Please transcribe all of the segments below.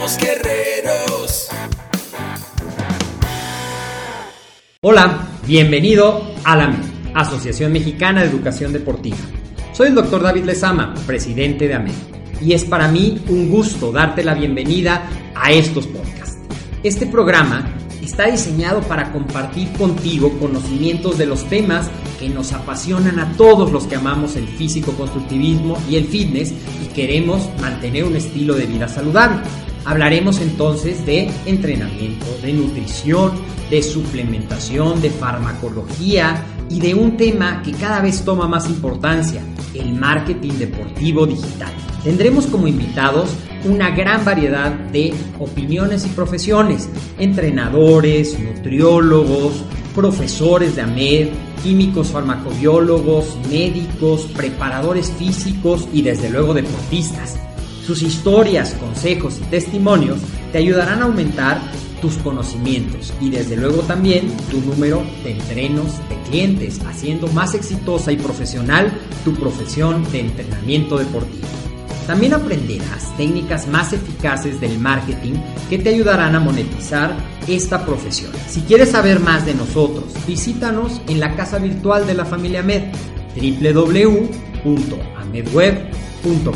Somos guerreros. Hola, bienvenido a la AMED, Asociación Mexicana de Educación Deportiva. Soy el Dr. David Lezama, presidente de AMED, y es para mí un gusto darte la bienvenida a estos podcasts. Este programa está diseñado para compartir contigo conocimientos de los temas que nos apasionan a todos los que amamos el físico-constructivismo y el fitness y queremos mantener un estilo de vida saludable. Hablaremos entonces de entrenamiento, de nutrición, de suplementación, de farmacología y de un tema que cada vez toma más importancia, el marketing deportivo digital. Tendremos como invitados una gran variedad de opiniones y profesiones, entrenadores, nutriólogos, profesores de AMED, químicos farmacobiólogos, médicos, preparadores físicos y desde luego deportistas. Sus historias, consejos y testimonios te ayudarán a aumentar tus conocimientos y desde luego también tu número de entrenos de clientes, haciendo más exitosa y profesional tu profesión de entrenamiento deportivo. También aprenderás técnicas más eficaces del marketing que te ayudarán a monetizar esta profesión. Si quieres saber más de nosotros, visítanos en la casa virtual de la familia AMED, www.amedweb.com.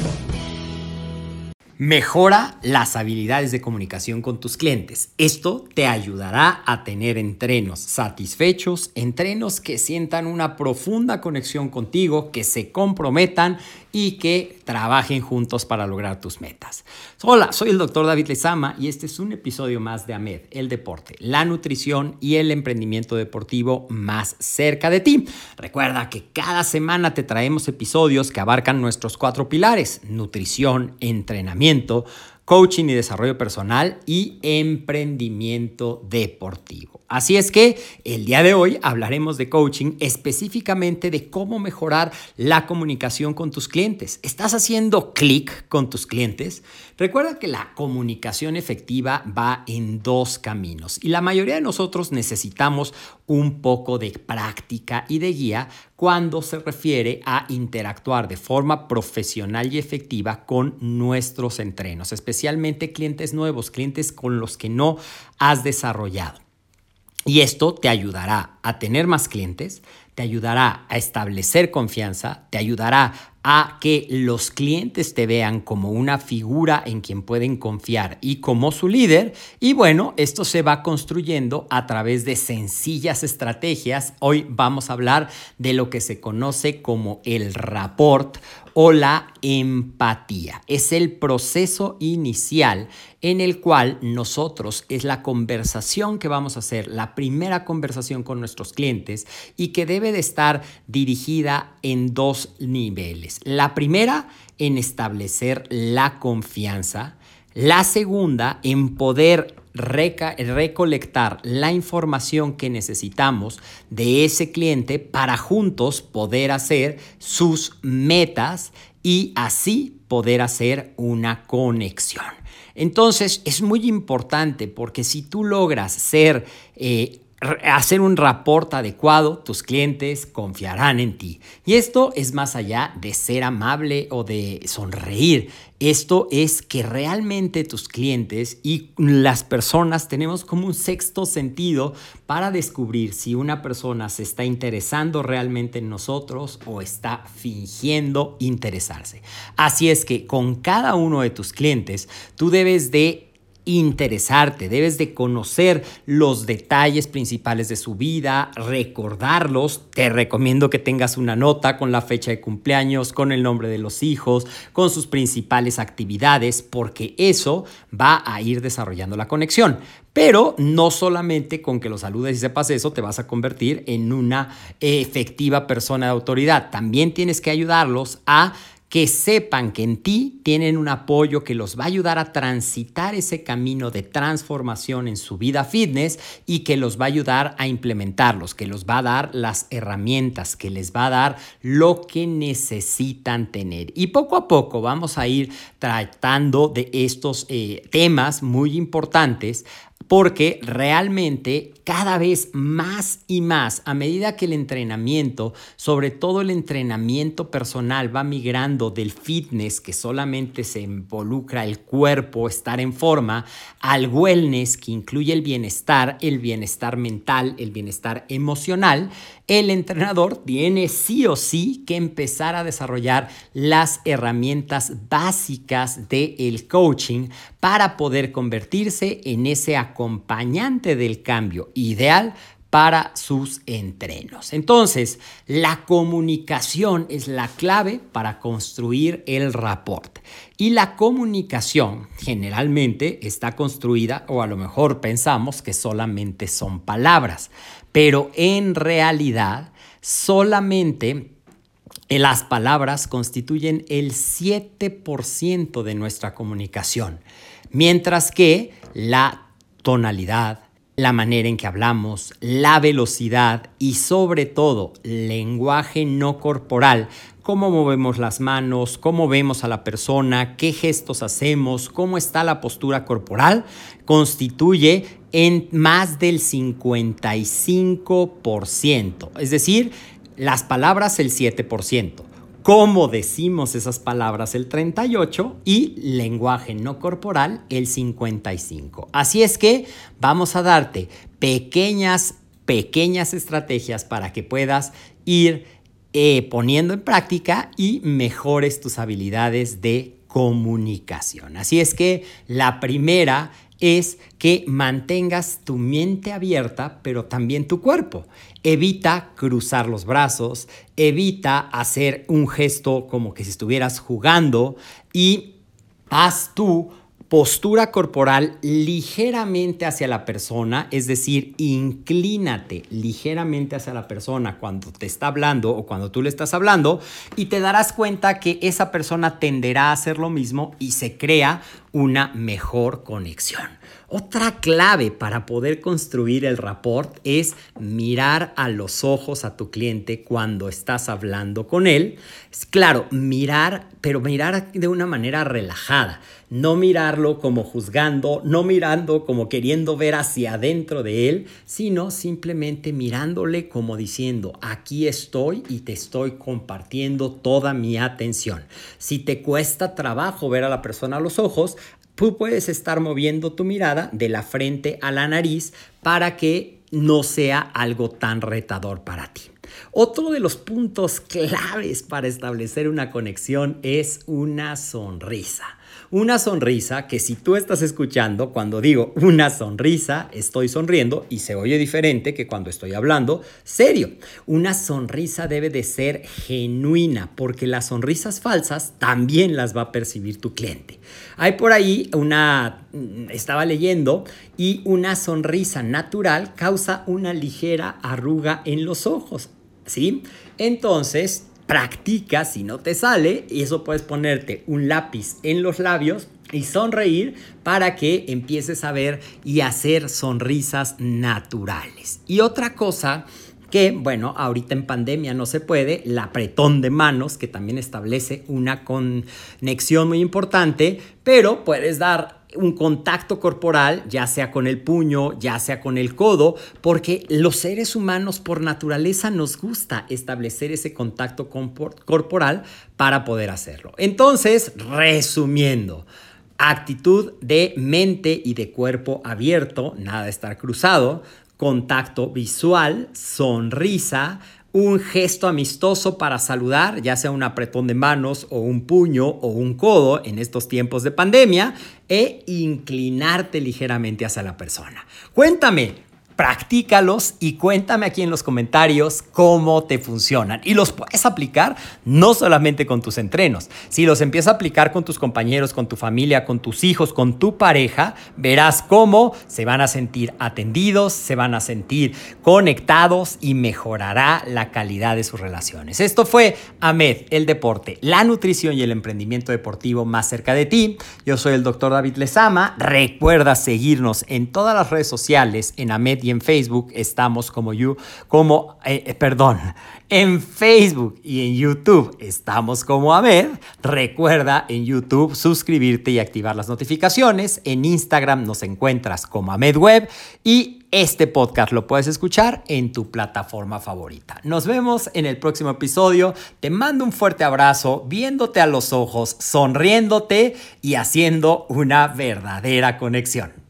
Mejora las habilidades de comunicación con tus clientes. Esto te ayudará a tener entrenos satisfechos, entrenos que sientan una profunda conexión contigo, que se comprometan y que trabajen juntos para lograr tus metas. Hola, soy el Dr. David Lezama y este es un episodio más de AMED, el deporte, la nutrición y el emprendimiento deportivo más cerca de ti. Recuerda que cada semana te traemos episodios que abarcan nuestros 4 pilares: nutrición, entrenamiento, coaching y desarrollo personal y emprendimiento deportivo. Así es que el día de hoy hablaremos de coaching, específicamente de cómo mejorar la comunicación con tus clientes. ¿Estás haciendo clic con tus clientes? Recuerda que la comunicación efectiva va en 2 caminos y la mayoría de nosotros necesitamos un poco de práctica y de guía cuando se refiere a interactuar de forma profesional y efectiva con nuestros entrenos, especialmente clientes nuevos, clientes con los que no has desarrollado. Y esto te ayudará a tener más clientes, te ayudará a establecer confianza, te ayudará a que los clientes te vean como una figura en quien pueden confiar y como su líder. Y bueno, esto se va construyendo a través de sencillas estrategias. Hoy vamos a hablar de lo que se conoce como el rapport o la empatía. Es el proceso inicial en el cual nosotros es la conversación que vamos a hacer, la primera conversación con nuestros clientes y que debe de estar dirigida en 2 niveles. La primera, en establecer la confianza. La segunda, en poder recolectar la información que necesitamos de ese cliente para juntos poder hacer sus metas y así poder hacer una conexión. Entonces es muy importante porque si tú logras hacer un rapport adecuado, tus clientes confiarán en ti. Y esto es más allá de ser amable o de sonreír. Esto es que realmente tus clientes y las personas tenemos como un sexto sentido para descubrir si una persona se está interesando realmente en nosotros o está fingiendo interesarse. Así es que con cada uno de tus clientes tú debes de interesarte, debes de conocer los detalles principales de su vida, recordarlos. Te recomiendo que tengas una nota con la fecha de cumpleaños, con el nombre de los hijos, con sus principales actividades, porque eso va a ir desarrollando la conexión. Pero no solamente con que los saludes y sepas eso te vas a convertir en una efectiva persona de autoridad. También tienes que ayudarlos a que sepan que en ti tienen un apoyo que los va a ayudar a transitar ese camino de transformación en su vida fitness y que los va a ayudar a implementarlos, que los va a dar las herramientas, que les va a dar lo que necesitan tener. Y poco a poco vamos a ir tratando de estos temas muy importantes porque realmente cada vez más y más, a medida que el entrenamiento, sobre todo el entrenamiento personal, va migrando del fitness, que solamente se involucra el cuerpo, estar en forma, al wellness, que incluye el bienestar mental, el bienestar emocional, el entrenador tiene sí o sí que empezar a desarrollar las herramientas básicas del coaching para poder convertirse en ese acompañante del cambio ideal para sus entrenos. Entonces, la comunicación es la clave para construir el rapport. Y la comunicación generalmente está construida, o a lo mejor pensamos que solamente son palabras, pero en realidad solamente las palabras constituyen el 7% de nuestra comunicación, mientras que la tonalidad, la manera en que hablamos, la velocidad y sobre todo lenguaje no corporal, cómo movemos las manos, cómo vemos a la persona, qué gestos hacemos, cómo está la postura corporal, constituye en más del 55%. Es decir, las palabras el 7%. Cómo decimos esas palabras el 38% y lenguaje no corporal el 55%. Así es que vamos a darte pequeñas estrategias para que puedas ir poniendo en práctica y mejores tus habilidades de comunicación. Así es que la primera es que mantengas tu mente abierta, pero también tu cuerpo. Evita cruzar los brazos, evita hacer un gesto como que si estuvieras jugando y haz tu postura corporal ligeramente hacia la persona, es decir, inclínate ligeramente hacia la persona cuando te está hablando o cuando tú le estás hablando y te darás cuenta que esa persona tenderá a hacer lo mismo y se crea una mejor conexión. Otra clave para poder construir el rapport es mirar a los ojos a tu cliente cuando estás hablando con él. Claro, mirar, pero mirar de una manera relajada. No mirarlo como juzgando, no mirando como queriendo ver hacia adentro de él, sino simplemente mirándole como diciendo, aquí estoy y te estoy compartiendo toda mi atención. Si te cuesta trabajo ver a la persona a los ojos, tú puedes estar moviendo tu mirada de la frente a la nariz para que no sea algo tan retador para ti. Otro de los puntos claves para establecer una conexión es una sonrisa. Una sonrisa que si tú estás escuchando, cuando digo una sonrisa, estoy sonriendo y se oye diferente que cuando estoy hablando serio. Una sonrisa debe de ser genuina porque las sonrisas falsas también las va a percibir tu cliente. Hay por ahí estaba leyendo y una sonrisa natural causa una ligera arruga en los ojos, ¿sí? Entonces, practica si no te sale y eso puedes ponerte un lápiz en los labios y sonreír para que empieces a ver y hacer sonrisas naturales. Y otra cosa que, bueno, ahorita en pandemia no se puede, el apretón de manos, que también establece una conexión muy importante, pero puedes dar un contacto corporal, ya sea con el puño, ya sea con el codo, porque los seres humanos por naturaleza nos gusta establecer ese contacto corporal para poder hacerlo. Entonces, resumiendo, actitud de mente y de cuerpo abierto, nada de estar cruzado, contacto visual, sonrisa, un gesto amistoso para saludar, ya sea un apretón de manos o un puño o un codo en estos tiempos de pandemia, e inclinarte ligeramente hacia la persona. Cuéntame, practícalos y cuéntame aquí en los comentarios cómo te funcionan. Y los puedes aplicar no solamente con tus entrenos. Si los empiezas a aplicar con tus compañeros, con tu familia, con tus hijos, con tu pareja, verás cómo se van a sentir atendidos, se van a sentir conectados y mejorará la calidad de sus relaciones. Esto fue AMED, el deporte, la nutrición y el emprendimiento deportivo más cerca de ti. Yo soy el Dr. David Lezama. Recuerda seguirnos en todas las redes sociales, en AMED y en Facebook estamos en Facebook y en YouTube estamos como AMED. Recuerda en YouTube suscribirte y activar las notificaciones. En Instagram nos encuentras como AMED Web y Este podcast lo puedes escuchar en tu plataforma favorita. Nos vemos en el próximo episodio. Te mando un fuerte abrazo, viéndote a los ojos, sonriéndote y haciendo una verdadera conexión.